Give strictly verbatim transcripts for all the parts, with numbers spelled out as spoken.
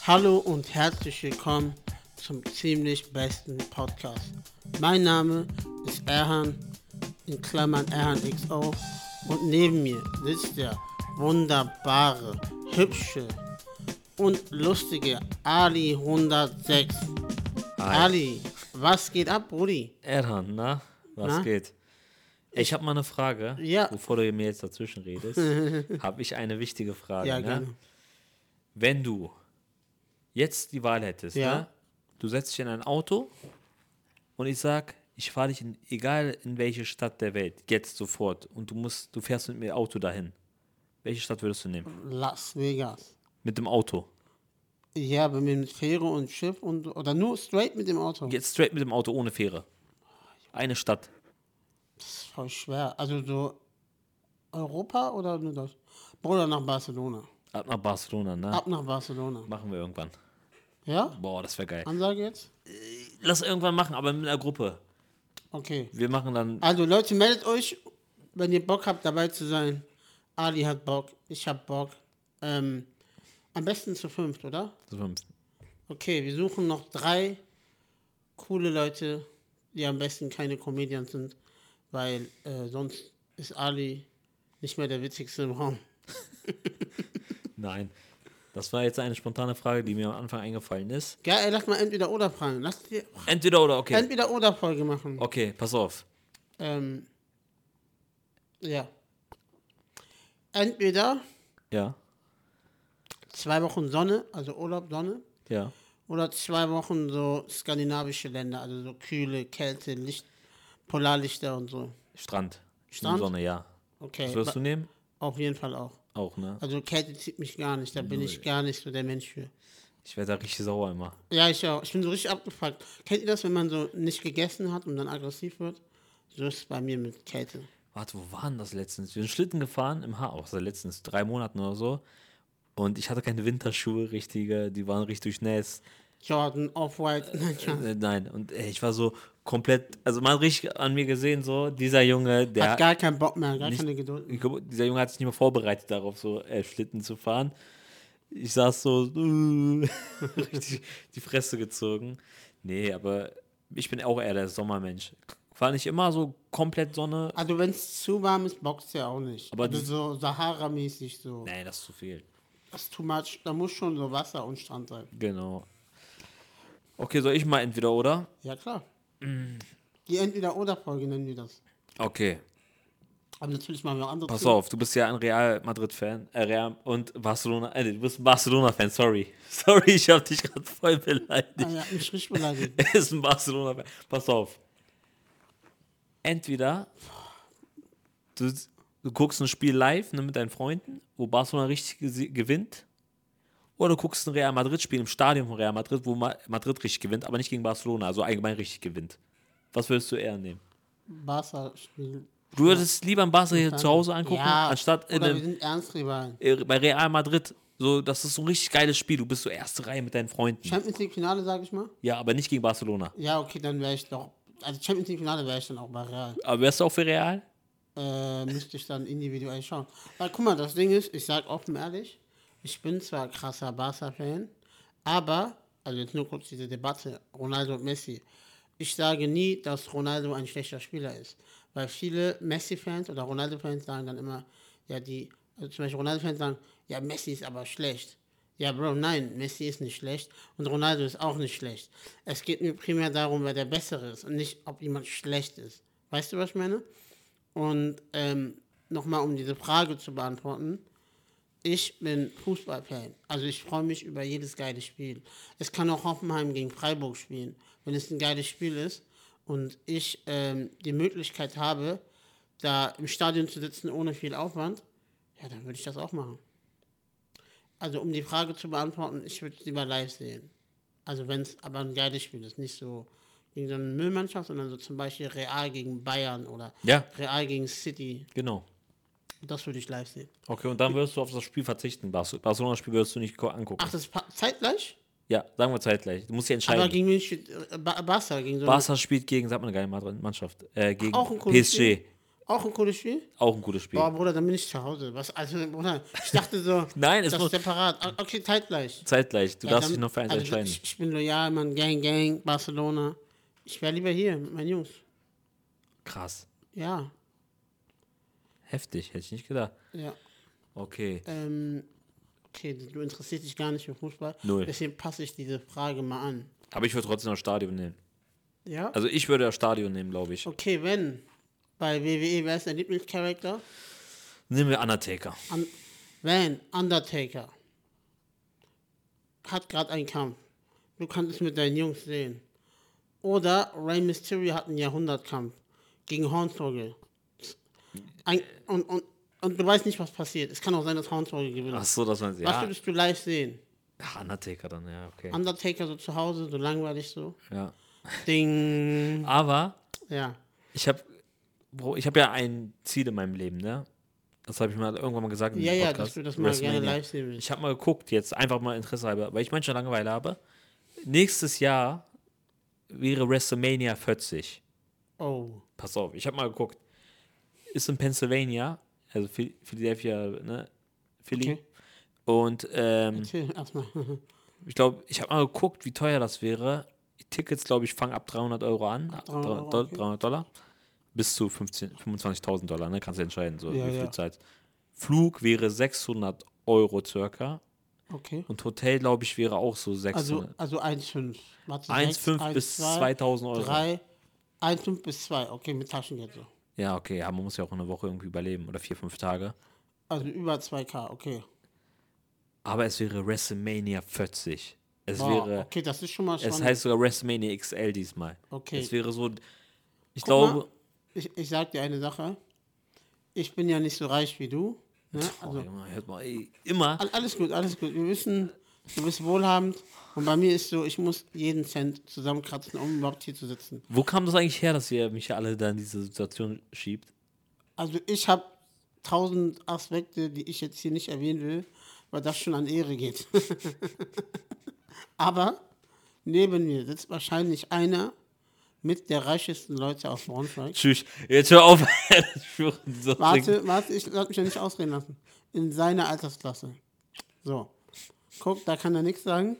Hallo und herzlich willkommen zum ziemlich besten Podcast. Mein Name ist Erhan, in Klammern Erhan X O, und neben mir sitzt der wunderbare, hübsche und lustige Ali hundertsechs. Hi. Ali, was geht ab, Brudi? Erhan, na? Was Na? geht? Ich habe mal eine Frage, Ja. bevor du mir jetzt dazwischen redest, habe ich eine wichtige Frage. Ja, ne? gerne. Wenn du jetzt die Wahl hättest, Ja. ne? Du setzt dich in ein Auto und ich sag, ich fahre dich in, egal in welche Stadt der Welt, jetzt sofort, und du musst, du fährst mit dem Auto dahin. Welche Stadt würdest du nehmen? Las Vegas. Mit dem Auto. Ja, aber mit Fähre und Schiff und oder nur straight mit dem Auto. Jetzt straight mit dem Auto ohne Fähre. Eine Stadt. Das ist voll schwer. Also so Europa oder nur das? Bruder, nach Barcelona. Ab nach Barcelona, ne? Ab nach Barcelona. Machen wir irgendwann. Ja? Boah, das wäre geil. Ansage jetzt? Lass irgendwann machen, aber mit einer Gruppe. Okay. Wir machen dann. Also Leute, meldet euch, wenn ihr Bock habt, dabei zu sein. Ali hat Bock, ich hab Bock. Ähm, am besten zu fünft, oder? Zu fünf. Okay, wir suchen noch drei coole Leute, die am besten keine Comedians sind, weil äh, sonst ist Ali nicht mehr der witzigste im Raum. Nein. Das war jetzt eine spontane Frage, die mir am Anfang eingefallen ist. Ja, ey, lass mal entweder oder fragen. Lass dir Entweder oder, okay. entweder oder Folge machen. Okay, pass auf. Ähm, ja. Entweder Ja, zwei Wochen Sonne, also Urlaub, Sonne, ja. oder zwei Wochen so skandinavische Länder, also so Kühle, Kälte, Licht, Polarlichter und so. Strand. Strand? Sonne, ja. Okay, Was würdest ba- du nehmen? auf jeden Fall auch. Auch, ne? Also Kälte zieht mich gar nicht, da bin ich gar nicht so der Mensch für. Ich werde da richtig sauer immer. Ja, ich auch. Ich bin so richtig abgefuckt. Kennt ihr das, wenn man so nicht gegessen hat und dann aggressiv wird? So ist es bei mir mit Kälte. Warte, wo waren das letztens? Wir sind Schlitten gefahren im Haar, auch seit letztens drei Monaten oder so. Und ich hatte keine Winterschuhe, richtige, die waren richtig durchnässt. Jordan, Off-White, nein, Schatz. Äh, nein, und ey, ich war so komplett, also man hat richtig an mir gesehen, so, dieser Junge, der. Hat gar keinen Bock mehr, gar nicht- keine Geduld mehr. Ich glaube, dieser Junge hat sich nicht mehr vorbereitet darauf, so äh, Schlitten zu fahren. Ich saß so, äh, richtig die Fresse gezogen. Nee, aber ich bin auch eher der Sommermensch. War nicht immer so komplett Sonne. Also wenn es zu warm ist, boxt ja auch nicht. Aber also die- so Sahara-mäßig so. Nee, das ist zu viel. Das ist too much. Da muss schon so Wasser und Strand sein. Genau. Okay, soll ich mal entweder oder? Ja, klar. Die Entweder-Oder-Folge nennen wir das. Okay, Aber natürlich machen wir auch andere pass zu. auf, du bist ja ein Real Madrid-Fan, äh, Real und Barcelona, äh, du bist ein Barcelona-Fan, sorry. Sorry, ich hab dich gerade voll beleidigt. Ah, ja, mich richtig beleidigt. Er ist ein Barcelona-Fan. Pass auf. Entweder du, du guckst ein Spiel live, ne, mit deinen Freunden, wo Barcelona richtig gesi- gewinnt, oder du guckst ein Real Madrid-Spiel im Stadion von Real Madrid, wo Ma- Madrid richtig gewinnt, aber nicht gegen Barcelona, also allgemein richtig gewinnt. Was würdest du eher nehmen? Barca-Spiel. Du würdest lieber ein Barca hier zu Hause angucken, Ja, anstatt in oder wir einem, sind Ernstrivalen. äh, bei Real Madrid. So, das ist so ein richtig geiles Spiel. Du bist so erste Reihe mit deinen Freunden. Champions League-Finale, sag ich mal. Ja, aber nicht gegen Barcelona. Ja, okay, dann wäre ich doch. Also Champions League-Finale wäre ich dann auch bei Real. Aber wärst du auch für Real? Äh, müsste ich dann individuell schauen. Weil guck mal, das Ding ist, ich sag offen ehrlich, ich bin zwar krasser Barca-Fan, aber, also jetzt nur kurz diese Debatte, Ronaldo und Messi. Ich sage nie, dass Ronaldo ein schlechter Spieler ist. Weil viele Messi-Fans oder Ronaldo-Fans sagen dann immer, ja, die, also zum Beispiel Ronaldo-Fans sagen, ja, Messi ist aber schlecht. Ja, Bro, nein, Messi ist nicht schlecht und Ronaldo ist auch nicht schlecht. Es geht mir primär darum, wer der Bessere ist und nicht, ob jemand schlecht ist. Weißt du, was ich meine? Und ähm, nochmal, um diese Frage zu beantworten, ich bin Fußballfan. Also ich freue mich über jedes geile Spiel. Es kann auch Hoffenheim gegen Freiburg spielen, wenn es ein geiles Spiel ist und ich ähm, die Möglichkeit habe, da im Stadion zu sitzen ohne viel Aufwand, ja, dann würde ich das auch machen. Also um die Frage zu beantworten, ich würde es lieber live sehen. Also wenn es aber ein geiles Spiel ist, nicht so gegen so eine Müllmannschaft, sondern so zum Beispiel Real gegen Bayern oder Ja, Real gegen City. genau. Das würde ich live sehen. Okay, und dann würdest du auf das Spiel verzichten. Barce- Barcelona-Spiel würdest du nicht ko- angucken. Ach, das ist pa- zeitgleich? Ja, sagen wir zeitgleich. Du musst dich Aber entscheiden. gegen wen steht äh, Ba- Barca? Gegen so Barca spielt gegen, sag mal eine geile Mannschaft, äh, gegen Auch ein cooles P S G. Auch ein cooles Spiel? Auch ein gutes Spiel. Boah, Bruder, dann bin ich zu Hause. Was, also, Bruder, ich dachte so, Nein, es das muss ist separat. Ah, okay, zeitgleich. zeitgleich. Du Ja, darfst dann- dich noch für eins also, entscheiden. Ich, ich bin loyal, Mann. Gang, Gang, Barcelona. Ich wäre lieber hier mit meinen Jungs. Krass. Ja, Heftig, hätte ich nicht gedacht. ja. Okay. Ähm, okay, du interessierst dich gar nicht für Fußball. Null. Deswegen passe ich diese Frage mal an. Aber ich würde trotzdem das Stadion nehmen. Ja? Also ich würde das Stadion nehmen, glaube ich. Okay, wenn bei W W E, wer ist dein Lieblingscharakter? Nehmen wir Undertaker. An, wenn Undertaker hat gerade einen Kampf. Du kannst es mit deinen Jungs sehen. Oder Rey Mysterio hat einen Jahrhundertkampf gegen Hornswoggle. Ein, und, und, und du weißt nicht, was passiert. Es kann auch sein, dass Hornswoggle gewinnt. Ach so, dass man Was ja. würdest du live sehen? ja. Undertaker dann, ja, okay. Undertaker so zu Hause, so langweilig so. Ja. Ding. Aber Ja. ich habe ich habe ja ein Ziel in meinem Leben, ne? Das habe ich mal irgendwann mal gesagt in Ja, diesem ja, Podcast. dass du das mal gerne WrestleMania. live sehen willst. Ich habe mal geguckt, jetzt einfach mal Interesse halber, weil ich manchmal Langeweile habe. Nächstes Jahr wäre WrestleMania vierzig. Oh. Pass auf, ich habe mal geguckt. Ist in Pennsylvania, also Phil- Philadelphia, ne? Philly. Okay. Und ähm, Erzähl erstmal. ich glaube, ich habe mal geguckt, wie teuer das wäre. Die Tickets, glaube ich, fangen ab dreihundert Euro an. dreihundert Euro, Dol- okay. dreihundert Dollar. Bis zu fünfzehn fünfundzwanzigtausend Dollar, ne? Kannst du entscheiden, so Ja, wie viel ja. Zeit. Flug wäre sechshundert Euro circa. Okay. Und Hotel, glaube ich, wäre auch so Also, sechshundert. also eins Komma fünf. Warte, eins sechs, Komma fünf eins, bis zwei, zweitausend Euro. drei, eins Komma fünf bis zwei. Okay, mit Taschengeld so. Ja, okay, ja, man muss ja auch eine Woche irgendwie überleben oder vier, fünf Tage. Also über zwei K, okay. Aber es wäre WrestleMania vierzig. Es Wow, wäre, okay, das ist schon mal es spannend. heißt sogar WrestleMania X L diesmal. Okay. Es wäre so, ich Guck glaube, mal, ich, ich sag dir eine Sache. Ich bin ja nicht so reich wie du. Ne? oh, Also, Junge, hört mal, ey, immer, all- alles gut, alles gut. Wir wissen, du bist wohlhabend. Und bei mir ist so, ich muss jeden Cent zusammenkratzen, um überhaupt hier zu sitzen. wo kam das eigentlich her, dass ihr mich alle da in diese Situation schiebt? Also ich habe tausend Aspekte, die ich jetzt hier nicht erwähnen will, weil das schon an Ehre geht. Aber neben mir sitzt wahrscheinlich einer mit der reichesten Leute aus Braunschweig. Tschüss, jetzt hör auf. Ich schwöre, so Warte, warte, ich lass mich ja nicht ausreden lassen. In seiner Altersklasse. So. Guck, da kann er nichts sagen.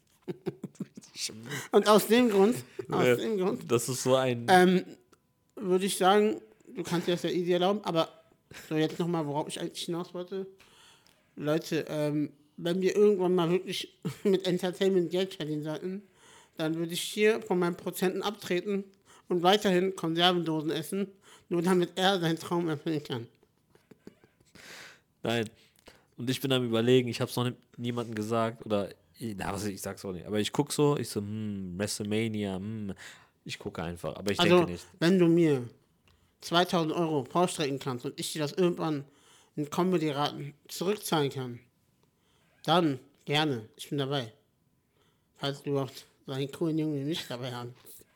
Und aus dem Grund, aus Äh, dem Grund, Das ist so ein, ähm, würde ich sagen, du kannst dir das ja easy erlauben, aber so jetzt nochmal, worauf ich eigentlich hinaus wollte. Leute, ähm, wenn wir irgendwann mal wirklich mit Entertainment Geld verdienen sollten, dann würde ich hier von meinen Prozenten abtreten und weiterhin Konservendosen essen, nur damit er seinen Traum erfüllen kann. nein. Und ich bin am überlegen, ich habe es noch nie- niemandem gesagt, oder, na, was, ich sag's auch nicht, aber ich guck so, ich so, hm, WrestleMania, hm, ich gucke einfach, aber ich Also, denke nicht. wenn du mir zweitausend Euro vorstrecken kannst und ich dir das irgendwann in Comedy-Raten zurückzahlen kann, dann gerne, ich bin dabei. Falls du überhaupt so einen coolen Jungen wie mich dabei haben.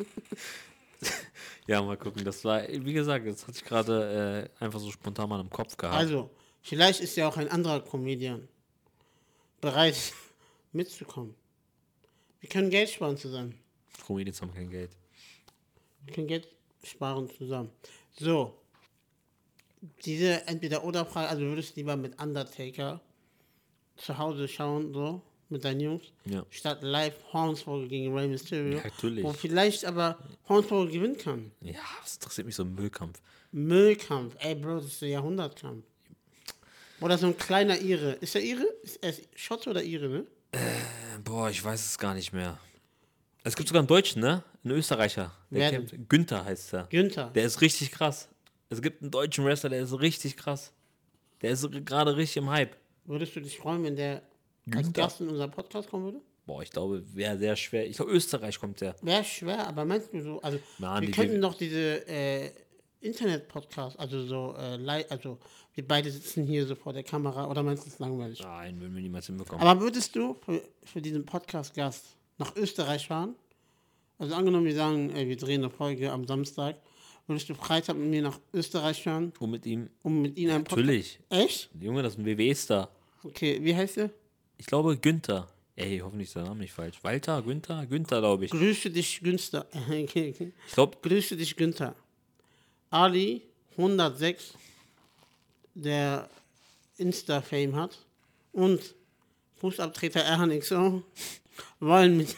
Ja, mal gucken, das war, wie gesagt, das hatte ich gerade äh, einfach so spontan mal im Kopf gehabt. Also, vielleicht ist ja auch ein anderer Comedian bereit mitzukommen. Wir können Geld sparen zusammen. Comedians haben kein Geld. Wir können Geld sparen zusammen. So. Diese Entweder-Oder-Frage, also würdest du lieber mit Undertaker zu Hause schauen, so, mit deinen Jungs, Ja. statt live Hornswoggle gegen Rey Mysterio, Ja, natürlich. wo vielleicht aber Hornswoggle gewinnen kann. Ja, das interessiert mich so ein Müllkampf. Müllkampf, ey Bro, das ist der Jahrhundertkampf. Oder so ein kleiner Ire. Ist der Ire? Ist er Schotte oder Ire, ne? Äh, boah, ich weiß es gar nicht mehr. Es gibt sogar einen Deutschen, ne? Einen Österreicher. Der Wer kämpft. Günther heißt er. Günther. Der ist richtig krass. Es gibt einen deutschen Wrestler, der ist richtig krass. Der ist gerade richtig im Hype. Würdest du dich freuen, wenn der als Günther. Gast in unser Podcast kommen würde? Boah, ich glaube, wäre sehr schwer. Ich glaube, Österreich kommt der. Wäre schwer, aber meinst du so, also Mann, wir die- könnten doch diese äh, Internet-Podcast, also so, äh, li- also wir beide sitzen hier so vor der Kamera, oder meinst du es langweilig? Nein, würden wir niemals hinbekommen. Aber würdest du für, für diesen Podcast-Gast nach Österreich fahren? Also angenommen, wir sagen, ey, wir drehen eine Folge am Samstag, würdest du Freitag mit mir nach Österreich fahren, Und mit ihm, um mit ihm einen Podcast... natürlich. Echt? Junge, das ist ein W W E-Star. Okay, wie heißt er? Ich glaube, Günther. Ey, hoffentlich ist der Name nicht falsch. Walter, Günther? Günther, glaube ich. Grüße dich, Günther. Okay, okay. Ich glaube, Grüße dich, Günther. Ali hundertsechs, der Insta-Fame hat, und Fußabtreter Erhan X O wollen mit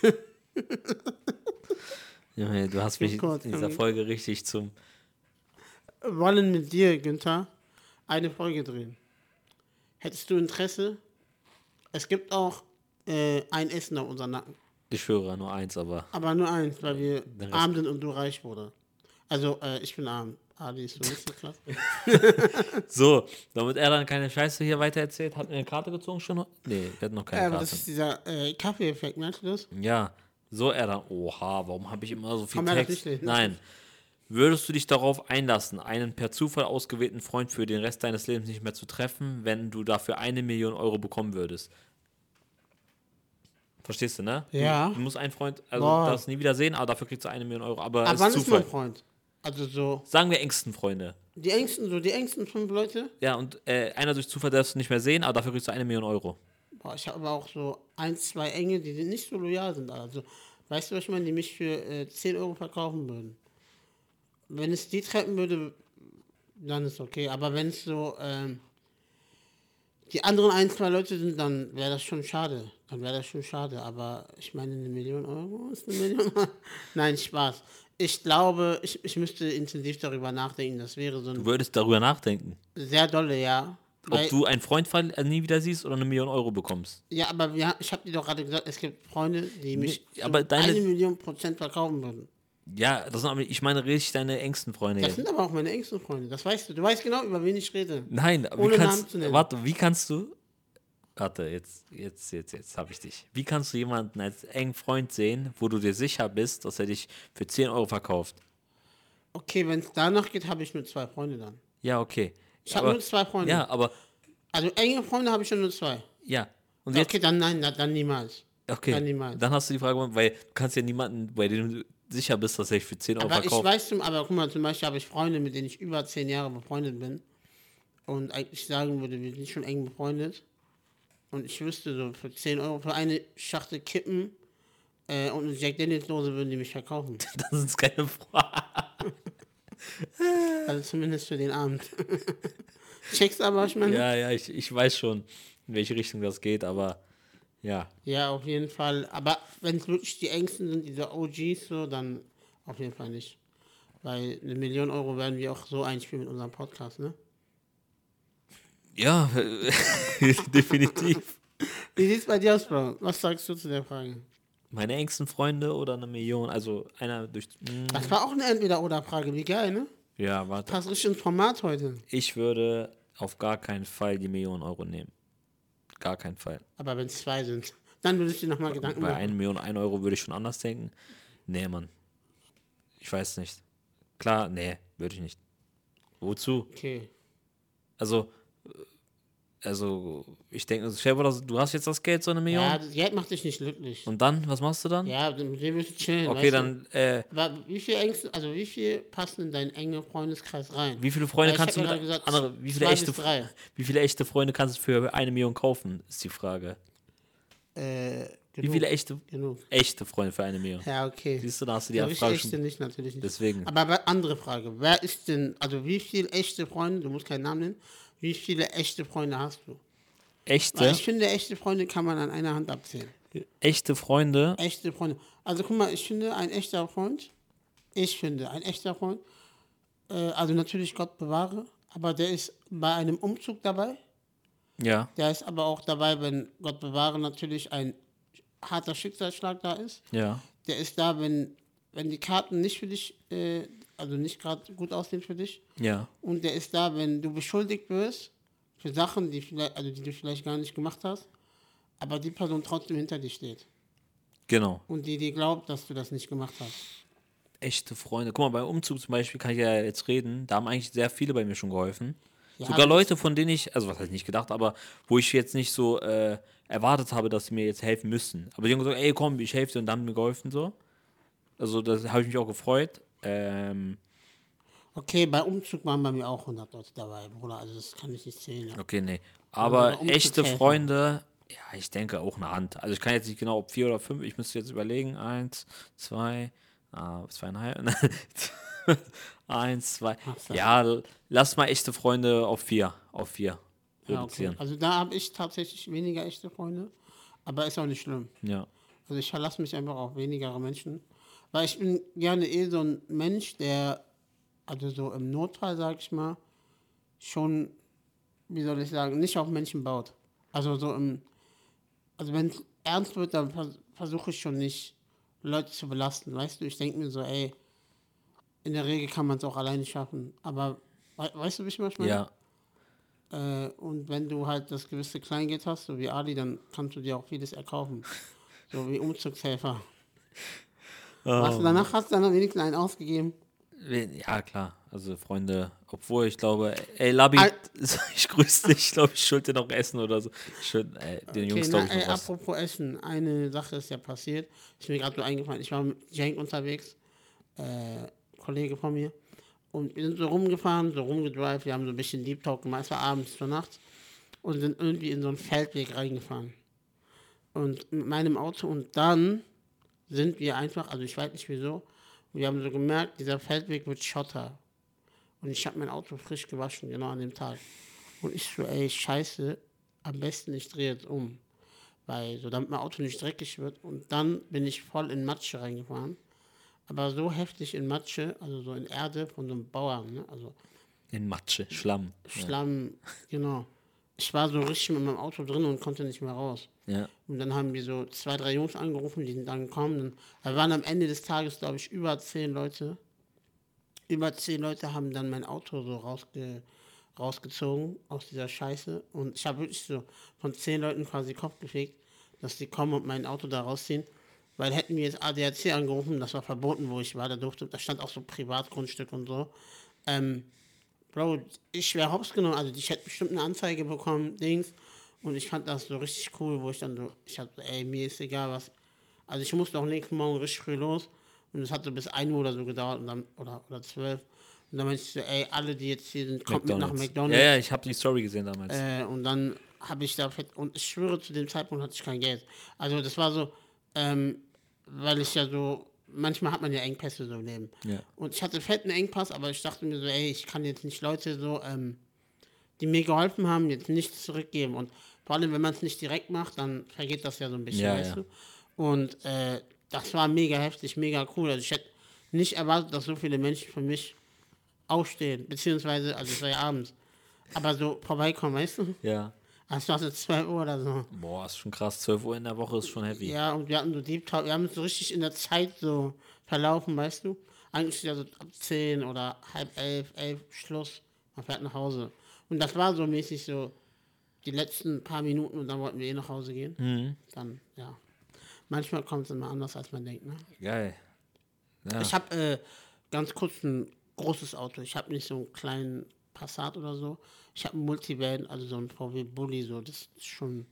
Junge, du hast mich kurz, in dieser ähm, Folge richtig zum... wollen mit dir, Günther, eine Folge drehen. Hättest du Interesse? Es gibt auch äh, ein Essen auf unseren Nacken. Ich schwöre, nur eins, aber... Aber nur eins, weil wir Den Rest- arm sind und du reich, Bruder. Also, äh, ich bin arm. Ali ist so nicht so krass. So, damit er dann keine Scheiße hier weiter erzählt, hat mir eine Karte gezogen schon? Nee, er hat noch keine Äh, aber Karte. das ist dieser äh, Kaffee-Effekt, merkst du das? Ja, so er dann... Oha, warum habe ich immer so viel Komm, er darf Text? nicht lesen. Nein. Würdest du dich darauf einlassen, einen per Zufall ausgewählten Freund für den Rest deines Lebens nicht mehr zu treffen, wenn du dafür eine Million Euro bekommen würdest? Verstehst du, ne? Ja. Du, du musst einen Freund, also Boah. darfst nie wieder sehen, aber dafür kriegst du eine Million Euro. Aber Aber es wann ist ist Zufall. mein Freund? Also so, Sagen wir engsten Freunde. die engsten, so die engsten fünf Leute. Ja, und äh, einer durch Zufall darfst du nicht mehr sehen, aber dafür kriegst du eine Million Euro. Boah, ich habe aber auch so ein, zwei Enge, die sind nicht so loyal sind. Also, weißt du, was ich meine? Die mich für äh, zehn Euro verkaufen würden. Wenn es die treffen würde, dann ist okay. Aber wenn es so ähm, die anderen ein, zwei Leute sind, dann wäre das schon schade. Dann wäre das schon schade. Aber ich meine, eine Million Euro ist eine Million Euro. Nein, Spaß. Ich glaube, ich, ich müsste intensiv darüber nachdenken. Das wäre so Du ein würdest darüber nachdenken, sehr dolle, ja. ob Weil, du einen Freund fall- äh, nie wieder siehst oder eine Million Euro bekommst. ja, aber wir, ich habe dir doch gerade gesagt, es gibt Freunde, die mich Nee, aber für deine- eine Million Prozent verkaufen würden. Ja, das sind aber, ich meine richtig deine engsten Freunde. Das jetzt. sind aber auch meine engsten Freunde. Das weißt du. Du weißt genau, über wen ich rede. Nein, wie Ohne Namen kannst, zu nennen. warte, wie kannst du, warte, jetzt, jetzt, jetzt, jetzt habe ich dich. Wie kannst du jemanden als engen Freund sehen, wo du dir sicher bist, dass er dich für zehn Euro verkauft? Okay, wenn es danach geht, habe ich nur zwei Freunde dann. Ja, okay. Ich habe nur zwei Freunde. Ja, aber, Also enge Freunde habe ich schon nur zwei. ja. Und jetzt, Okay, dann nein, dann, dann niemals. okay, dann niemals. dann hast du die Frage, weil du kannst ja niemanden, bei dem du sicher bist, dass er dich für zehn Euro Aber ich verkauft. weiß zum, aber guck mal, zum Beispiel habe ich Freunde, mit denen ich über zehn Jahre befreundet bin. Und eigentlich sagen würde, wir sind schon eng befreundet. Und ich wüsste so, für zehn Euro, für eine Schachtel Kippen äh, und eine Jack Daniels Dose würden die mich verkaufen. Das ist keine Frage. Also zumindest für den Abend. Checkst aber, was ich meine? Ja, ja, ich, ich weiß schon, in welche Richtung das geht, aber ja. Ja, auf jeden Fall. Aber wenn es wirklich die Ängsten sind, diese O Gs, so, dann auf jeden Fall nicht. Weil eine Million Euro werden wir auch so einspielen mit unserem Podcast, ne? Ja, definitiv. Wie sieht's bei dir aus, Bro? Was sagst du zu der Frage? Meine engsten Freunde oder eine Million, also einer durch. mm, Das war auch eine Entweder-Oder-Frage. Wie geil, ne? Ja, warte. Passt richtig ins Format heute. Ich würde auf gar keinen Fall die Million Euro nehmen. Gar keinen Fall. Aber wenn es zwei sind, dann würde ich dir nochmal Gedanken Bei machen. einer Million ein Euro würde ich schon anders denken. Nee, Mann. Ich weiß nicht. Klar, nee, würde ich nicht. Wozu? Okay. Also, äh, also, ich denke, stell dir vor, dass- du hast jetzt das Geld, so eine Million. Ja, das Geld macht dich nicht glücklich. Und dann, was machst du dann? Ja, mit dem willst du chillen. Okay, weißt du? dann, äh, Aber wie viel Ängste, also wie viel passen in deinen engen Freundeskreis rein? wie viele Freunde Weil ich kannst du hab mit ja gerade gesagt, andere, wie viele zwei echte, bis drei. wie viele echte Freunde kannst du für eine Million kaufen, ist die Frage. Äh, Wie genug, viele echte, genug. echte Freunde für eine Million? Ja, okay. Siehst du, da hast du die Ja, richtig Frage echte schon. nicht, natürlich nicht. Deswegen. Aber aber andere Frage. Wer ist denn, also wie viele echte Freunde, du musst keinen Namen nennen, wie viele echte Freunde hast du? Weil Echte, ich finde, echte Freunde kann man an einer Hand abzählen. echte Freunde, Echte Freunde. Also guck mal, ich finde, ein echter Freund, ich finde, ein echter Freund, äh, also natürlich Gott bewahre, aber der ist bei einem Umzug dabei. ja, Der ist aber auch dabei, wenn Gott bewahre natürlich ein harter Schicksalsschlag da ist. ja, Der ist da, wenn, wenn die Karten nicht für dich, äh, also nicht gerade gut aussehen für dich. ja, Und der ist da, wenn du beschuldigt wirst für Sachen, die, vielleicht, also die du vielleicht gar nicht gemacht hast, aber die Person trotzdem hinter dir steht. genau. Und die dir glaubt, dass du das nicht gemacht hast. Echte Freunde. Guck mal, beim Umzug zum Beispiel kann ich ja jetzt reden. Da haben eigentlich sehr viele bei mir schon geholfen. Ja, Sogar aber Leute, von denen ich, also was heißt nicht gedacht, aber wo ich jetzt nicht so äh, erwartet habe, dass sie mir jetzt helfen müssen. Aber die haben gesagt, ey komm, ich helfe dir und dann haben mir geholfen so. Also das habe ich mich auch gefreut. Ähm, Okay, bei Umzug waren bei mir auch hundert Leute dabei, Bruder. Also das kann ich nicht zählen. Ja. okay, nee. Aber Aber um zu echte helfen. Freunde, ja, ich denke auch eine Hand. Also ich kann jetzt nicht genau, ob vier oder fünf, ich müsste jetzt überlegen. Eins, zwei, ah, zweieinhalb. Eins, zwei. Ach so. Ja, l- lass mal echte Freunde auf vier. Auf vier Ja, okay. reduzieren. Also da habe ich tatsächlich weniger echte Freunde, aber ist auch nicht schlimm. Ja. Also ich verlasse mich einfach auf weniger Menschen, weil ich bin gerne eh so ein Mensch, der, also so im Notfall, sag ich mal, schon, wie soll ich sagen, nicht auf Menschen baut. Also so im, also wenn es ernst wird, dann vers versuche ich schon nicht, Leute zu belasten, weißt du? Ich denke mir so, ey, in der Regel kann man es auch alleine schaffen, aber we weißt du, wie ich was meine? Ja. Äh, und wenn du halt das gewisse Kleingeld hast, so wie Ali, dann kannst du dir auch vieles erkaufen. So wie Umzugshelfer. Was du Oh. danach hast, dann am wenigsten einen ausgegeben. Wen- Ja, klar. Also Freunde, obwohl ich glaube, ey Labi, Al- ich grüße dich, ich glaube, ich schulde dir noch Essen oder so. Ich schuld, ey, den Okay, Jungs na, glaube ich ey, noch was. apropos Essen, eine Sache ist ja passiert. Ist mir gerade so eingefallen. Ich war mit Cenk unterwegs, äh, Kollege von mir. Und wir sind so rumgefahren, so rumgedrive, wir haben so ein bisschen Deep Talk gemacht, es war abends zur Nacht. Und sind irgendwie in so einen Feldweg reingefahren. Und mit meinem Auto und dann sind wir einfach, also ich weiß nicht wieso, wir haben so gemerkt, dieser Feldweg wird Schotter. Und ich habe mein Auto frisch gewaschen, genau an dem Tag. Und ich so, ey, scheiße, am besten ich drehe jetzt um. Weil, so damit mein Auto nicht dreckig wird. Und dann bin ich voll in Matsche reingefahren. Aber so heftig in Matsche, also so in Erde von so einem Bauern, ne? Also In Matsche, Schlamm. Schlamm, genau. Ich war so richtig mit meinem Auto drin und konnte nicht mehr raus. Ja. Und dann haben wir so zwei, drei Jungs angerufen, die sind dann gekommen. Dann, da waren am Ende des Tages, glaube ich, über zehn Leute. Über zehn Leute haben dann mein Auto so rausge, rausgezogen aus dieser Scheiße. Und ich habe wirklich so von zehn Leuten quasi Kopf gefegt, dass die kommen und mein Auto da rausziehen. Weil hätten wir jetzt A D A C angerufen, das war verboten, wo ich war, da durfte, da stand auch so Privatgrundstück und so. Ähm, Bro, ich wäre hops genommen, also ich hätte bestimmt eine Anzeige bekommen, Dings. Und ich fand das so richtig cool, wo ich dann so, ich hab so, ey, mir ist egal was. Also ich musste auch nächsten Morgen richtig früh los. Und es hat so bis ein Uhr oder so gedauert, und dann, oder, oder zwölf. Und dann meinte ich so, ey, alle, die jetzt hier sind, kommt mit nach McDonalds. McDonalds. Ja, ja, ich habe die Story gesehen damals. Äh, und dann habe ich da fett, und ich schwöre, zu dem Zeitpunkt hatte ich kein Geld. Also das war so, ähm, weil ich ja so, manchmal hat man ja Engpässe so im Leben. Ja. Und ich hatte fetten Engpass, aber ich dachte mir so, ey, ich kann jetzt nicht Leute so, ähm, die mir geholfen haben, jetzt nichts zurückgeben. Und vor allem, wenn man es nicht direkt macht, dann vergeht das ja so ein bisschen, Ja, weißt ja. du. Und äh, das war mega heftig, mega cool. Also ich hätte nicht erwartet, dass so viele Menschen für mich aufstehen, beziehungsweise, also es war ja abends, aber so vorbeikommen, weißt du? Ja. Also es war so zwölf Uhr oder so. Boah, ist schon krass. zwölf Uhr in der Woche ist schon heavy. Ja, und wir hatten so Deep Talk, wir haben uns so richtig in der Zeit so verlaufen, weißt du? Eigentlich ist ja so ab zehn oder halb elf, elf Schluss, man fährt nach Hause. Und das war so mäßig so die letzten paar Minuten und dann wollten wir eh nach Hause gehen. Mhm. Dann, ja. Manchmal kommt es immer anders, als man denkt, ne? Geil. Ja. Ich habe äh, ganz kurz ein großes Auto. Ich habe nicht so einen kleinen Passat oder so. Ich habe einen Multivan, also so ein V W Bulli, so. Das ist schon.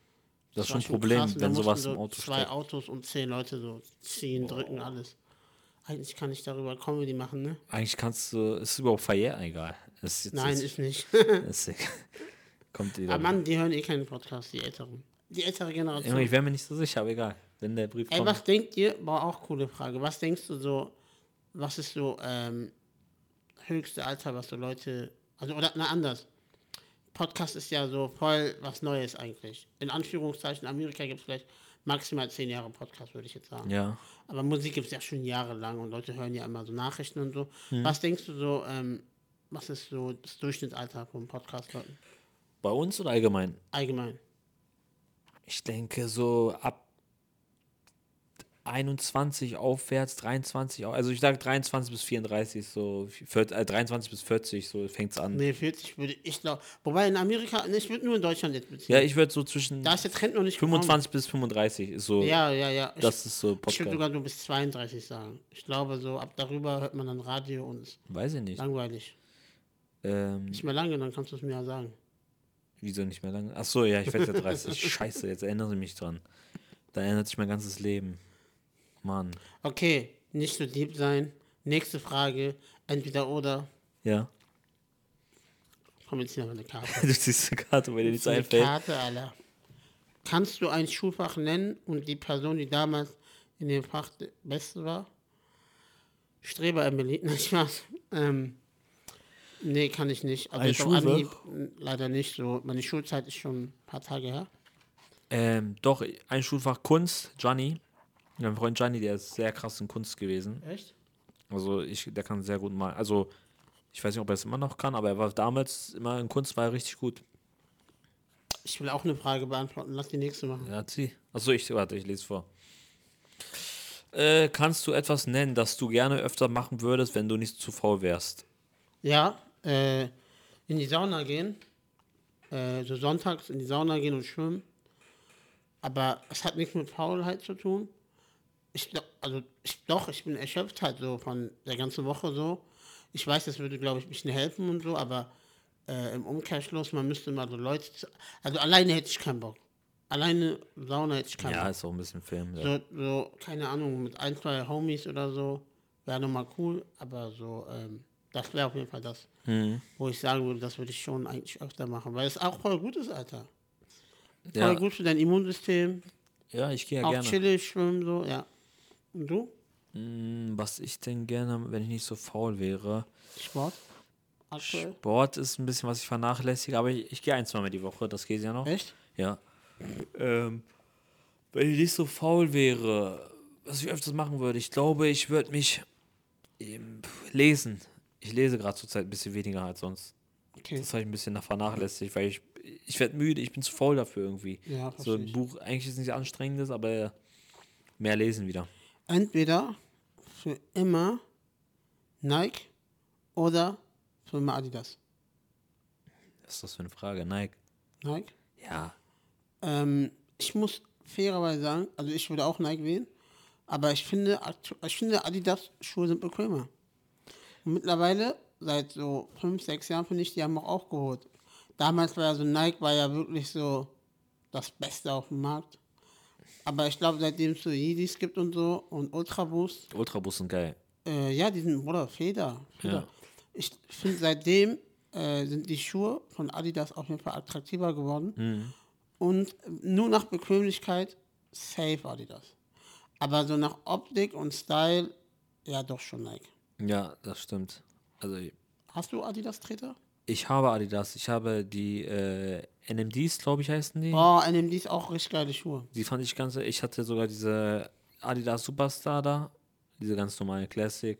Das ist war schon ein Problem, krass. Und da wenn mussten sowas so im Auto zwei steckt. Autos und zehn Leute so ziehen, drücken, alles. Eigentlich kann ich darüber Comedy machen, ne? Eigentlich kannst du, ist überhaupt verjährt, egal. Ist jetzt, Nein, ist, ist nicht. ist egal. Kommt die Aber Mann, die hören eh keinen Podcast, die Älteren. Die ältere Generation. Ich wäre mir nicht so sicher, aber egal. Wenn der Brief Ey, kommt. was denkt ihr? Boah, auch coole Frage. Was denkst du so, was ist so ähm, höchste Alter, was so Leute, also oder na anders. Podcast ist ja so voll was Neues eigentlich. In Anführungszeichen, in Amerika gibt es vielleicht maximal zehn Jahre Podcast, würde ich jetzt sagen. Ja. Aber Musik gibt es ja schon jahrelang und Leute hören ja immer so Nachrichten und so. Hm. Was denkst du so, ähm, was ist so das Durchschnittsalter von Podcast-Leuten? Bei uns oder allgemein? Allgemein. Ich denke so ab einundzwanzig aufwärts, dreiundzwanzig, au- also ich sage dreiundzwanzig bis vierunddreißig, so vierzig, äh, dreiundzwanzig bis vierzig, so fängt's an. Nee, vierzig würde ich glaube. Wobei in Amerika, nee, ich würde nur in Deutschland jetzt beziehen. Ja, ich würde so zwischen Da ist der Trend noch nicht fünfundzwanzig bis fünfunddreißig ist so, gekommen. Ja, ja, ja. Ich, das ist so ich würde Podcast. sogar nur bis zweiunddreißig sagen. Ich glaube, so ab darüber hört man dann Radio und ist Weiß ich nicht. langweilig. Ähm, Nicht mehr lange, dann kannst du es mir ja sagen. wieso nicht mehr lange? Ach so, ja, ich werde ja dreißig. Scheiße, jetzt erinnere ich mich dran. Da ändert sich mein ganzes Leben. Mann. Okay, nicht so deep sein. Nächste Frage, entweder oder. Ja. Komm jetzt hier noch eine Karte. Du ziehst eine Karte, weil dir nichts Eine einfällt. Karte, Alter. Kannst du ein Schulfach nennen und die Person, die damals in dem Fach die Beste war? Streber Emily, nein, Spaß. Ähm, nee, kann ich nicht. Also Ein jetzt auf Anhieb Schulfach? n- leider nicht so. Meine Schulzeit ist schon ein paar Tage her. Ähm, doch, ein Schulfach Kunst, Gianni. Mein Freund Gianni, der ist sehr krass in Kunst gewesen. Echt? Also ich, der kann sehr gut malen. Also ich weiß nicht, ob er es immer noch kann, aber er war damals immer in Kunst, war er richtig gut. Ich will auch eine Frage beantworten. Lass die nächste machen. Ja, zieh. Achso, ich, warte, ich lese vor. Äh, kannst du etwas nennen, das du gerne öfter machen würdest, wenn du nicht zu faul wärst? Ja, äh, in die Sauna gehen. Äh, so sonntags in die Sauna gehen und schwimmen. Aber es hat nichts mit Faulheit zu tun. Ich glaub, also ich doch, ich bin erschöpft halt so von der ganzen Woche so. Ich weiß, das würde, glaube ich, ein bisschen helfen und so, aber äh, im Umkehrschluss, man müsste mal so Leute, zu- also alleine hätte ich keinen Bock. Alleine Sauna hätte ich keinen Ja, Bock. ist auch ein bisschen Film. Ja. So, so, keine Ahnung, mit ein, zwei Homies oder so, wäre nochmal cool, aber so, ähm, das wäre auf jeden Fall das, wo ich sagen würde, das würde ich schon eigentlich öfter machen, weil es auch voll gut ist, Alter. Voll Ja, gut für dein Immunsystem, ja, ich gehe ja auch gerne. chillig, schwimmen, so, ja. Und du? Hm, Was ich denn gerne, wenn ich nicht so faul wäre. Sport? Aktuell? Sport ist ein bisschen, was ich vernachlässige, aber ich, ich gehe ein, zweimal die Woche, das geht ja noch. Echt? Ja. Ähm, wenn ich nicht so faul wäre, was ich öfters machen würde, ich glaube, ich würde mich ähm, pf, lesen. Ich lese gerade zurzeit ein bisschen weniger als sonst. Okay. Das habe ich ein bisschen nach vernachlässigt, weil ich, ich werde müde, ich bin zu faul dafür irgendwie. Ja, So verstehe ein ich. Buch, eigentlich ist es nicht anstrengendes, aber mehr lesen wieder. Entweder für immer Nike oder für immer Adidas. Was ist das für eine Frage? Nike. Nike? Ja. Ähm, ich muss fairerweise sagen, also ich würde auch Nike wählen, aber ich finde, aktu- ich finde Adidas-Schuhe sind bequemer. Und mittlerweile, seit so fünf, sechs Jahren, finde ich, die haben auch aufgeholt. Damals war ja so, Nike war ja wirklich so das Beste auf dem Markt. Aber ich glaube, seitdem es so Yeezys gibt und so und Ultra Boost, Ultrabus sind geil. äh, ja, die sind, oder Feder, Feder. Ja. Ich finde, seitdem äh, sind die Schuhe von Adidas auf jeden Fall attraktiver geworden. Und nur nach Bequemlichkeit, safe Adidas. Aber so nach Optik und Style, ja doch schon Nike. Ja, das stimmt. Also Hast du Adidas-Treter? ich habe Adidas, ich habe die äh, N M Ds, glaube ich, heißen die. Oh, N M D ist auch richtig geile Schuhe. Die fand ich ganz, ich hatte sogar diese Adidas Superstar da, diese ganz normale Classic.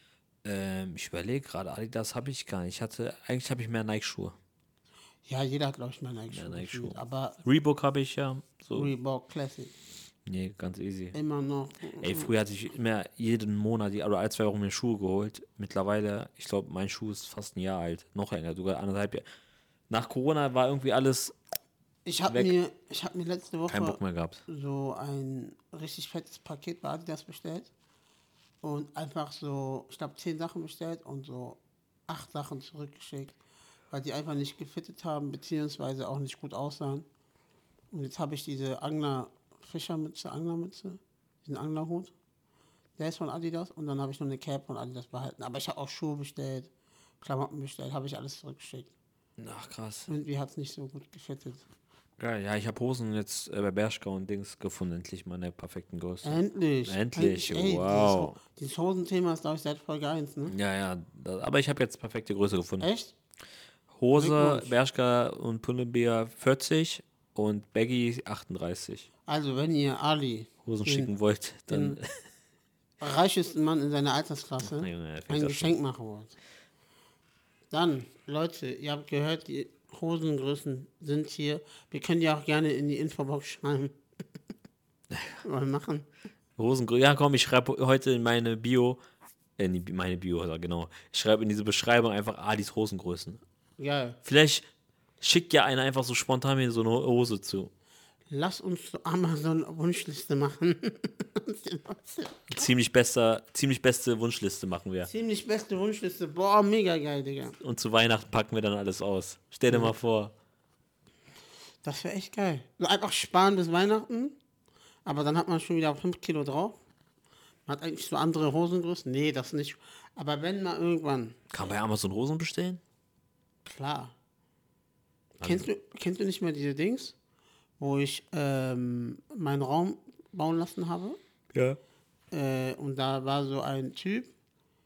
Ähm, ich überlege gerade, Adidas habe ich gar nicht. Ich hatte, eigentlich habe ich mehr Nike-Schuhe. Ja, jeder hat, glaube ich, mal Nike-Schuhe. Nike-Schuhe. gefühlt. Aber Reebok habe ich ja. So, Reebok Classic, nee, ganz easy. immer noch. Ey, früher hatte ich immer jeden Monat, die- oder alle zwei Wochen mir Schuhe geholt. Mittlerweile, ich glaube, mein Schuh ist fast ein Jahr alt. Noch länger, sogar anderthalb Jahre. Nach Corona war irgendwie alles Ich habe Weg. mir, ich hab mir letzte kein Bock Woche mehr gehabt. so ein richtig fettes Paket bei Adidas bestellt. Und einfach so, ich glaube, zehn Sachen bestellt und so acht Sachen zurückgeschickt, weil die einfach nicht gefittet haben, beziehungsweise auch nicht gut aussahen. Und jetzt habe ich diese Angler-Fischermütze, Anglermütze, diesen Anglerhut. Der ist von Adidas und dann habe ich noch eine Cap von Adidas behalten. Aber ich habe auch Schuhe bestellt, Klamotten bestellt, habe ich alles zurückgeschickt. Ach, krass. Irgendwie hat es nicht so gut gefittet. Geil, ja, ich habe Hosen jetzt äh, bei Bershka und Dings gefunden, endlich meine perfekten Größe. Endlich. Endlich, ey, wow. Dieses, dieses Hosenthema ist, glaube ich, seit Folge eins, ne? Ja, ja, das, aber ich habe jetzt perfekte Größe gefunden. Echt? Hose, Glückwunsch. Bershka und Pull&Bear vierzig und Baggy achtunddreißig. Also, wenn ihr Ali, Hosen den schicken wollt, dann reichesten Mann in seiner Altersklasse, Junge, der fängt ein das Geschenk machen wollt, dann, Leute, ihr habt gehört, die Hosengrößen sind hier. Wir können die auch gerne in die Infobox schreiben. Mal machen. Hosengröße. Ja, komm, ich schreibe heute in meine Bio, äh, in die, meine Bio, ja, genau. Ich schreibe in diese Beschreibung einfach Adis Hosengrößen. Geil. Vielleicht schickt ja einer einfach so spontan mir so eine Hose zu. Lass uns so Amazon-Wunschliste machen. Ziemlich besser, ziemlich beste Wunschliste machen wir. Ziemlich beste Wunschliste. Boah, mega geil, Digga. Und zu Weihnachten packen wir dann alles aus. Stell dir mal vor. Das wäre echt geil. So einfach sparen bis Weihnachten, aber dann hat man schon wieder fünf Kilo drauf. Man hat eigentlich so andere Hosengrößen. Nee, das nicht. Aber wenn mal irgendwann, Kann man bei Amazon Hosen bestellen? klar. Kennst du, kennst du nicht mehr diese Dings, wo ich ähm, meinen Raum bauen lassen habe? Ja. Äh, und da war so ein Typ,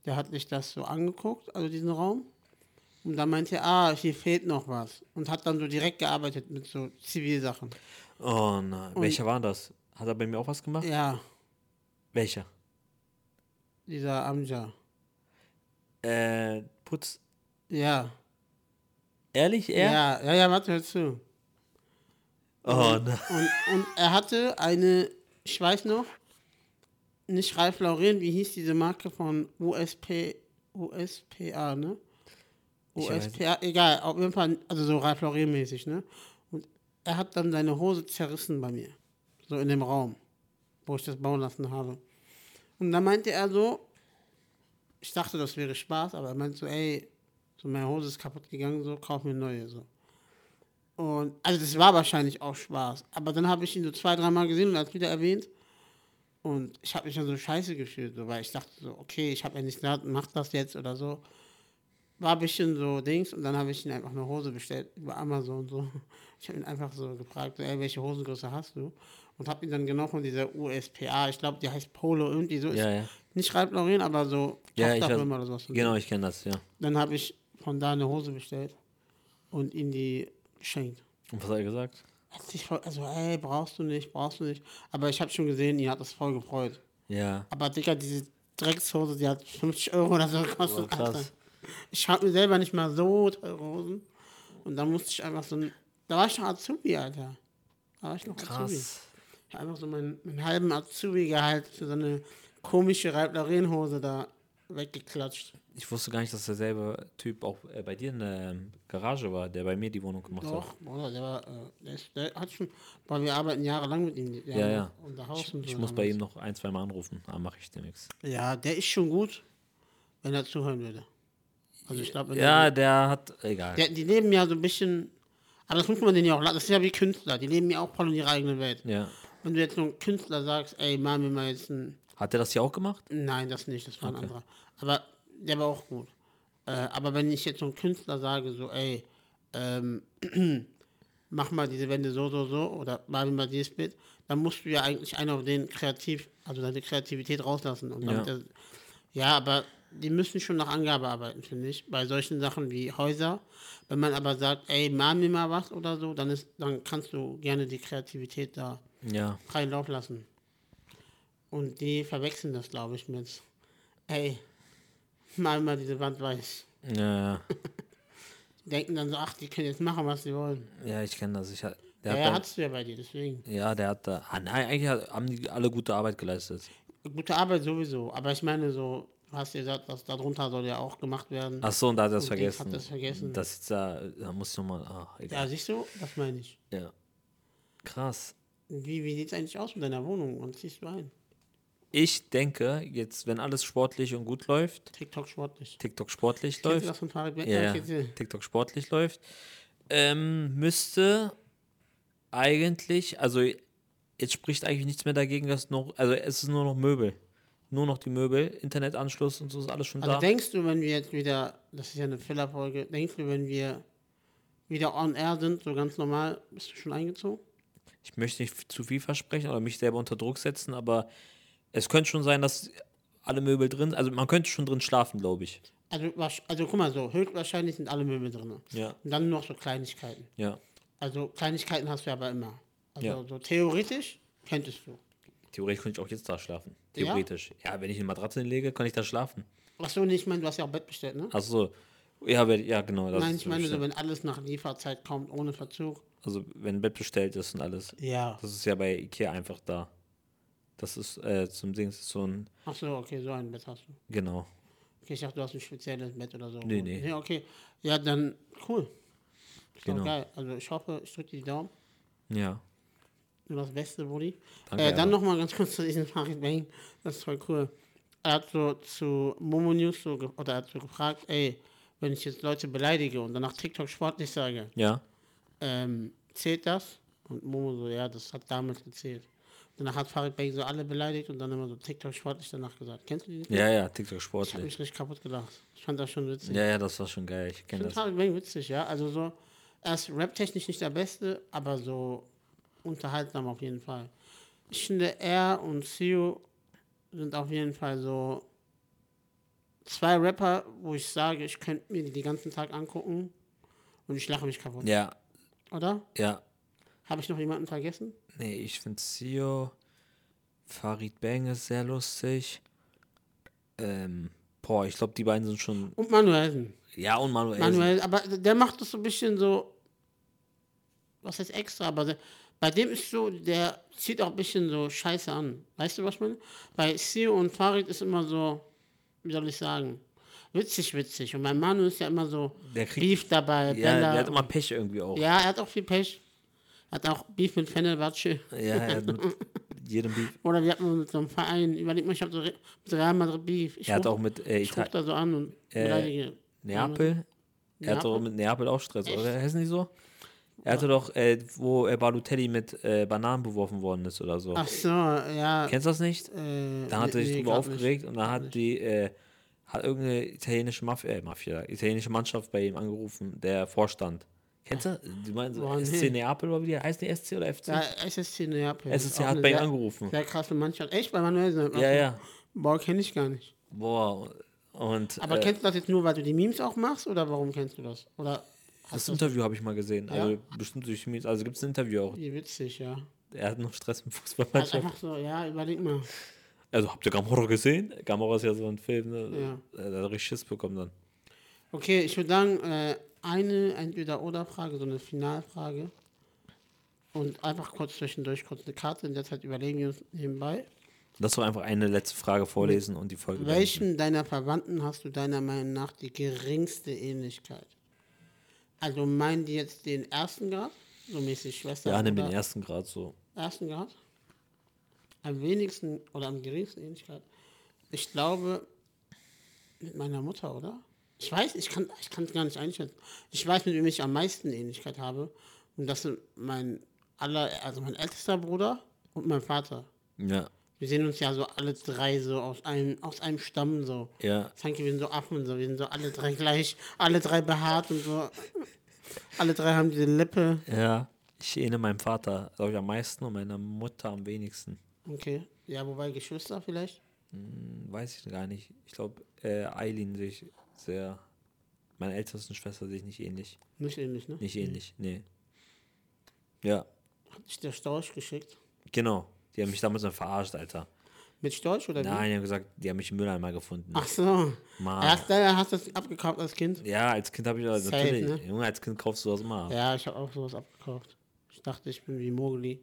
der hat sich das so angeguckt, also diesen Raum. Und dann meinte er, ah, hier fehlt noch was. Und hat dann so direkt gearbeitet mit so Zivilsachen. Oh nein. Und Welcher war das? Hat er bei mir auch was gemacht? ja, Welcher? dieser Amja. Äh, Putz. Ja. Ehrlich, er? Ja, ja, ja, warte, hör zu. Oh Und, nein. und, und er hatte eine, ich weiß noch, nicht Ralph Lauren, wie hieß diese Marke von U S P, U S P A, ne? Ich weiß U S P A, egal, auf jeden Fall, also so Ralph Lauren mäßig, ne? Und er hat dann seine Hose zerrissen bei mir, so in dem Raum, wo ich das bauen lassen habe. Und dann meinte er so, ich dachte, das wäre Spaß, aber er meinte so, ey, so meine Hose ist kaputt gegangen, so, kauf mir eine neue, so. Und, also das war wahrscheinlich auch Spaß, aber dann habe ich ihn so zwei, dreimal gesehen und er hat wieder erwähnt und ich habe mich dann so scheiße gefühlt, so, weil ich dachte so, okay, ich habe ja nicht gesagt, mach das jetzt oder so. War ein bisschen so Dings und dann habe ich ihn einfach eine Hose bestellt über Amazon so. Ich habe ihn einfach so gefragt, so, ey, welche Hosengröße hast du? Und habe ihn dann genau von dieser U S P A, ich glaube, die heißt Polo irgendwie so, ist Ja, ja. nicht Ralph Lauren, aber so Ja, ich weiß. Tochterfirma oder sowas. Genau, ich kenne das, ja. Dann habe ich von da eine Hose bestellt und ihm die geschenkt. Und was hat er gesagt? Hat sich voll, also, ey, brauchst du nicht, brauchst du nicht. Aber ich habe schon gesehen, ihn hat das voll gefreut. Ja. Aber Digga, diese Dreckshose, die hat fünfzig Euro oder so gekostet. Oh, krass. Alter. Ich habe mir selber nicht mal so teure Hosen. Und dann musste ich einfach so ein. Da war ich noch Azubi, Alter. Da war ich noch Azubi. Krass. Ich habe einfach so meinen, meinen halben Azubi-Gehalt für so eine komische Ralph Lauren-Hose da weggeklatscht. Ich wusste gar nicht, dass derselbe Typ auch äh, bei dir in der ähm, Garage war, der bei mir die Wohnung gemacht Doch, hat. Bruder, der war, äh, der, ist, der hat schon, weil wir arbeiten jahrelang mit ihm. Wir Ja, haben ja. noch unser Haus Ich, und so ich muss bei damals. ihm noch ein, zwei Mal anrufen. Ah, mache ich demnächst. Ja, der ist schon gut, wenn er zuhören würde. Also ich glaube, Ja, der hat. Egal. der, die leben ja so ein bisschen, aber das muss man denen ja auch lassen. Das ist ja wie Künstler, die leben ja auch voll in ihrer eigenen Welt. Ja. Wenn du jetzt so einen Künstler sagst, ey, mach mir mal jetzt ein. Hat der das hier auch gemacht? Nein, das nicht, das war ein Okay. anderer. Aber der war auch gut. Äh, aber wenn ich jetzt so einen Künstler sage, so, ey, ähm, mach mal diese Wände so, so, so, oder mal mir mal dieses Bild, dann musst du ja eigentlich einen auf den kreativ, also deine Kreativität rauslassen. Und damit Ja. der, ja, aber die müssen schon nach Angabe arbeiten, finde ich. Bei solchen Sachen wie Häuser. Wenn man aber sagt, ey, mal mir mal was oder so, dann ist, dann kannst du gerne die Kreativität da Ja. freien Lauf lassen. Und die verwechseln das, glaube ich, mit, ey, mal mal diese Wand weiß. Ja, Die denken dann so, ach, die können jetzt machen, was sie wollen. ja, ich kenne das. Ich, hat- der Ja, hat ja, da, hattest du ja bei dir, deswegen. ja, der hat da. Ah, nein, eigentlich hat- haben die alle gute Arbeit geleistet. Gute Arbeit sowieso, aber ich meine so, du hast ja gesagt, dass darunter soll ja auch gemacht werden. Ach so, und da hat er das Und Dings hat vergessen. das vergessen. Das ist da, da muss ich nochmal. Ach, Ja, egal. siehst du, das meine ich. Ja. Krass. Wie, wie sieht es eigentlich aus mit deiner Wohnung? Wann ziehst du ein? Ich denke, jetzt, wenn alles sportlich und gut läuft, TikTok sportlich. TikTok sportlich Kennst du läuft, das von Farid Beck? ja, ja, ich erzähl. TikTok sportlich läuft, ähm, müsste eigentlich, also jetzt spricht eigentlich nichts mehr dagegen, dass noch, also es ist nur noch Möbel. Nur noch die Möbel, Internetanschluss und so ist alles schon Also da. denkst du, wenn wir jetzt wieder, das ist ja eine Filler-Folge, denkst du, wenn wir wieder on air sind, so ganz normal, bist du schon eingezogen? Ich möchte nicht zu viel versprechen oder mich selber unter Druck setzen, aber es könnte schon sein, dass alle Möbel drin, also man könnte schon drin schlafen, glaube ich. Also, wahrsch- also guck mal so, höchstwahrscheinlich sind alle Möbel drin. Ja, Und dann nur noch so Kleinigkeiten. ja. Also Kleinigkeiten hast du ja aber immer. Also Ja. so theoretisch könntest du. Theoretisch könnte ich auch jetzt da schlafen. Ja? Theoretisch. Ja, wenn ich eine Matratze hinlege, kann ich da schlafen. Achso, nee, ich meine, du hast ja auch Bett bestellt, ne? Also ja, wenn- ja, genau. Das Nein, ist ich meine so, bestimmt. wenn alles nach Lieferzeit kommt, ohne Verzug. Also wenn ein Bett bestellt ist und alles. Ja. Das ist ja bei Ikea einfach da. Das ist äh, zum Ding ist so ein, Achso, okay, so ein Bett hast du. genau. Okay, ich dachte, du hast ein spezielles Bett oder so. Nee, nee. Nee, okay. Ja, dann cool. Ist doch Genau. geil. Also ich hoffe, ich drücke dir die Daumen. Ja, Nur das Beste, Brudi. danke. Äh, dann aber- nochmal ganz kurz zu diesem Farid Bang. Das ist voll cool. Er hat so zu Momo News so, ge- oder er hat so gefragt, ey, wenn ich jetzt Leute beleidige und danach TikTok sportlich sage, Ja, ähm, zählt das? Und Momo so, ja, das hat damals gezählt. Danach hat Farid Bang so alle beleidigt und dann immer so TikTok sportlich danach gesagt. Kennst du die nicht? ja, ja, TikTok Ich habe sportlich. mich richtig kaputt gelacht. Ich fand das schon witzig. Ja, ja, das war schon geil. Ich Ich kenne finde das. Farid Bang witzig, ja. Also so, er ist rap-technisch nicht der Beste, aber so unterhaltsam auf jeden Fall. Ich finde, er und Sio sind auf jeden Fall so zwei Rapper, wo ich sage, ich könnte mir die den ganzen Tag angucken und ich lache mich kaputt. Ja, Oder? ja. Habe ich noch jemanden vergessen? Nee, ich finde Sio, Farid Bang ist sehr lustig. Ähm, boah, ich glaube, die beiden sind schon. Und Manuelsen. Ja, und Manuel. Manuel, aber der macht das so ein bisschen so, was heißt extra, aber der, bei dem ist so, der zieht auch ein bisschen so Scheiße an. Weißt du, was ich meine? Bei Sio und Farid ist immer so, wie soll ich sagen, witzig, witzig. Und bei Manu ist ja immer so Der kriegt- Beef dabei, Ja, Bella. der hat immer und, Pech irgendwie auch. ja, er hat auch viel Pech. Hat auch Beef mit Fenerbahce. Ja, er hat mit jedem Beef. Oder wir hatten mit so einem Verein, überleg mal, ich habe so Re- mit Real Madrid Beef. Ich Er hat ruf- auch mit äh, ich ruf Italien. da so an und beleidige. Neapel. Er hatte auch Neapel? mit Neapel auch Stress, Echt? oder? Ist nicht so? Er hatte doch, äh, wo äh, Balotelli mit äh, Bananen beworfen worden ist oder so. Ach so, ja. Kennst du das nicht? Äh, Da hat er nee, sich nee, drüber grad aufgeregt nicht. und dann hat die, äh, hat irgendeine italienische Mafia, äh, Mafia, italienische Mannschaft bei ihm angerufen, der Vorstand. Kennst du? Die meinen so Boah, S nee. C Neapel oder wie die heißt die S C oder F C? Ja, S S C Neapel. S S ist C auch hat eine bei ihm sehr- angerufen. Sehr krasse Mannschaft. Echt, bei Manuel? Ja, ja. Boah, kenne ich gar nicht. Boah. Und Aber äh, kennst du das jetzt nur, weil du die Memes auch machst oder warum kennst du das? Oder das hast du Interview habe ich mal gesehen. Ja? Also bestimmt durch mich. Also gibt es ein Interview auch. wie witzig, ja. Er hat noch Stress mit Also Fußballmannschaft. einfach so, ja, überleg mal. Also habt ihr Gamora gesehen? Gamora ist ja so ein Film, ne? Ja. Äh, Da hat er richtig Schiss bekommen dann. Okay, ich würde sagen, äh, eine Entweder-Oder-Frage, so eine Finalfrage. Und einfach kurz zwischendurch kurz eine Karte. In der Zeit überlegen wir uns nebenbei. Lass doch einfach eine letzte Frage vorlesen und die Folge beenden. Welchen deiner Verwandten hast du deiner Meinung nach die geringste Ähnlichkeit? Also meinen die jetzt den ersten Grad? So mäßig Schwester? Ja, nimm oder den ersten Grad so. ersten Grad? Am wenigsten oder am geringsten Ähnlichkeit? Ich glaube, mit meiner Mutter, oder? Ich weiß, ich kann ich kann es gar nicht einschätzen. Ich weiß, mit wem ich am meisten Ähnlichkeit habe. Und das sind mein aller, also mein ältester Bruder und mein Vater. Ja, Wir sehen uns ja so alle drei so aus einem, aus einem Stamm so. ja. Danke, wir sind so Affen, so. Wir sind so alle drei gleich, alle drei behaart und so. Alle drei haben diese Lippe. Ja, ich ähnle meinem Vater, glaube ich, am meisten und meiner Mutter am wenigsten. Okay. Ja, wobei Geschwister vielleicht? Hm, weiß ich gar nicht. Ich glaube, äh, Eileen sehe ich sehr. Meine ältesten Schwester sehe ich nicht ähnlich. Nicht ähnlich, ne? Nicht ähnlich, nee. Ja, Hat dich der Storch geschickt? genau. Die haben mich damals noch verarscht, Alter. Mit Storch oder wie? Nein, die haben gesagt, die haben mich im Mülleimer gefunden. Ach so. Mann. Erst da hast du das abgekauft als Kind? Ja, als Kind habe ich das Safe, natürlich. ne? Junge, als Kind kaufst du das immer ab. Ja, ich habe auch sowas abgekauft. Ich dachte, ich bin wie Mowgli.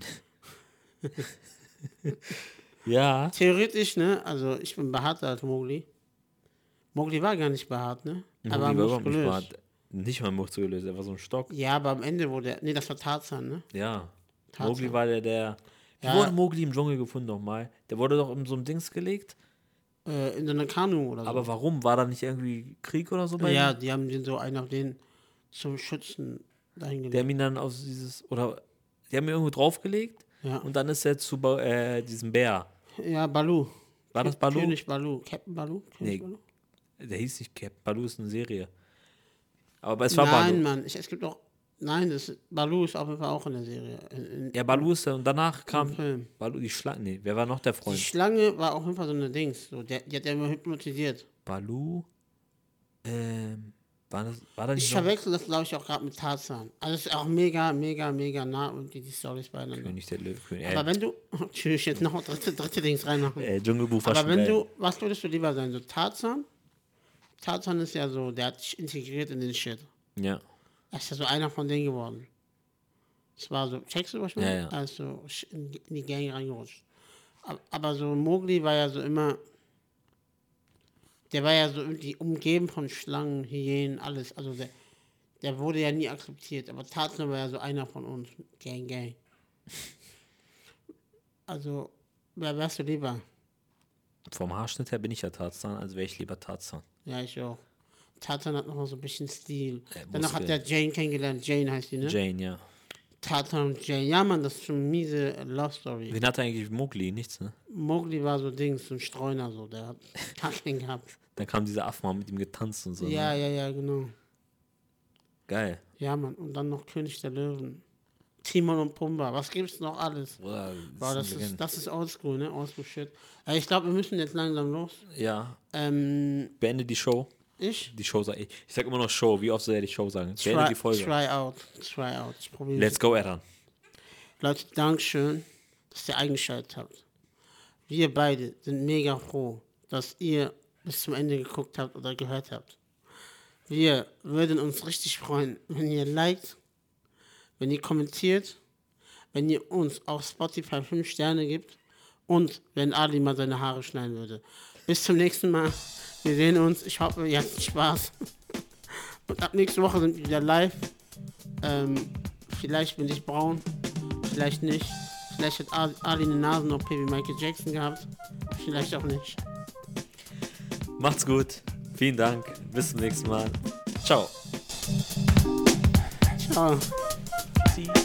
Ja. Theoretisch, ne? Also ich bin behaarter als Mowgli. Mowgli war gar nicht behaart, ne? Aber Mowgli war überhaupt nicht muskulös. behaart. Nicht mal muskulös, er war so ein Stock. Ja, aber am Ende wurde er. Nee, das war Tarzan, ne? Ja. Tarzan. Mowgli war der, der. Wie Ja. wurde Mowgli im Dschungel gefunden nochmal? Der wurde doch in so einem Dings gelegt. Äh, in so einer Kanu oder so. Aber warum? War da nicht irgendwie Krieg oder so bei ja, ihm? die haben den so einen auf den zum Schützen dahingelegt. Die haben ihn dann aus dieses. Oder. Die haben ihn irgendwo draufgelegt Ja. und dann ist er zu Ba- äh, diesem Bär. Ja, Balu. War das Baloo? König Balu. Captain Balu? König Nee. Balu? Der hieß nicht Cap. Baloo ist eine Serie. Aber es war Nein, Baloo. Mann. Ich, es gibt auch. Nein, das, Balu ist auf jeden Fall auch in der Serie. In, in, Ja, Baloo ist der. Und danach kam. im Film. Baloo, die Schlange. Nee, wer war noch der Die Freund? Schlange war auf jeden Fall so eine Dings. So, der, die hat ja immer hypnotisiert. Baloo. Ähm. War, das, war da Ich nicht noch verwechsel das, glaube ich, auch gerade mit Tarzan. Also es ist auch mega, mega, mega nah und die, die Storys beieinander. König der Löwen? Aber Äh, wenn du. Tschüss, jetzt noch dritte, dritte Dings reinmachen. äh, Dschungelbuch war Aber schon wenn geil. du, was würdest du lieber sein? So Tarzan? Tarzan ist ja so, der hat sich integriert in den Shit. Ja. Er ist ja so einer von denen geworden. Es war so, checkst du, was ich meine? Ja, ja. Er ist so in, in die Gang reingerutscht. Aber, aber so Mowgli war ja so immer, der war ja so irgendwie umgeben von Schlangen, Hyänen, alles. Also der, der wurde ja nie akzeptiert. Aber Tarzan war ja so einer von uns. Gang, gang. Also, wer wärst du lieber? Vom Haarschnitt her bin ich ja Tarzan, also wäre ich lieber Tarzan. Ja, ich auch. Tarzan hat noch mal so ein bisschen Stil. Äh, Danach hat Muskeln. er Jane kennengelernt. Jane heißt die, ne? Jane, ja. Tarzan und Jane. Ja, Mann, das ist schon eine miese Love Story. Wen hat eigentlich Mowgli? Nichts, ne? Mowgli war so Dings, so ein Streuner, so. Der hat gar keinen gehabt. Dann kam dieser Affe mal mit ihm getanzt und so. Ja, Ne? ja, ja, genau. Geil. Ja, Mann. Und dann noch König der Löwen. Timon und Pumba. Was gibt's noch alles? Boah, Wow, das ist, das ist oldschool, ne? Oldschool-Shit. Äh, ich glaube, wir müssen jetzt langsam los. Ja. Ähm, Beende die Show. ich? Die Show sag ich. Ich sag immer noch Show. Wie oft soll ich Show sagen? Beende Try, die Folge. try out. Try out. Ich probiere Let's go, Eran. Leute, Dankeschön, dass ihr eingeschaltet habt. Wir beide sind mega froh, dass ihr bis zum Ende geguckt habt oder gehört habt. Wir würden uns richtig freuen, wenn ihr liked, wenn ihr kommentiert, wenn ihr uns auf Spotify fünf Sterne gibt und wenn Ali mal seine Haare schneiden würde. Bis zum nächsten Mal. Wir sehen uns. Ich hoffe, ihr hattet Spaß. Und ab nächste Woche sind wir wieder live. Ähm, vielleicht bin ich braun, vielleicht nicht. Vielleicht hat Ali eine Nase-O P wie Michael Jackson gehabt. Vielleicht auch nicht. Macht's gut. Vielen Dank. Bis zum nächsten Mal. Ciao. Ciao. Tschüssi.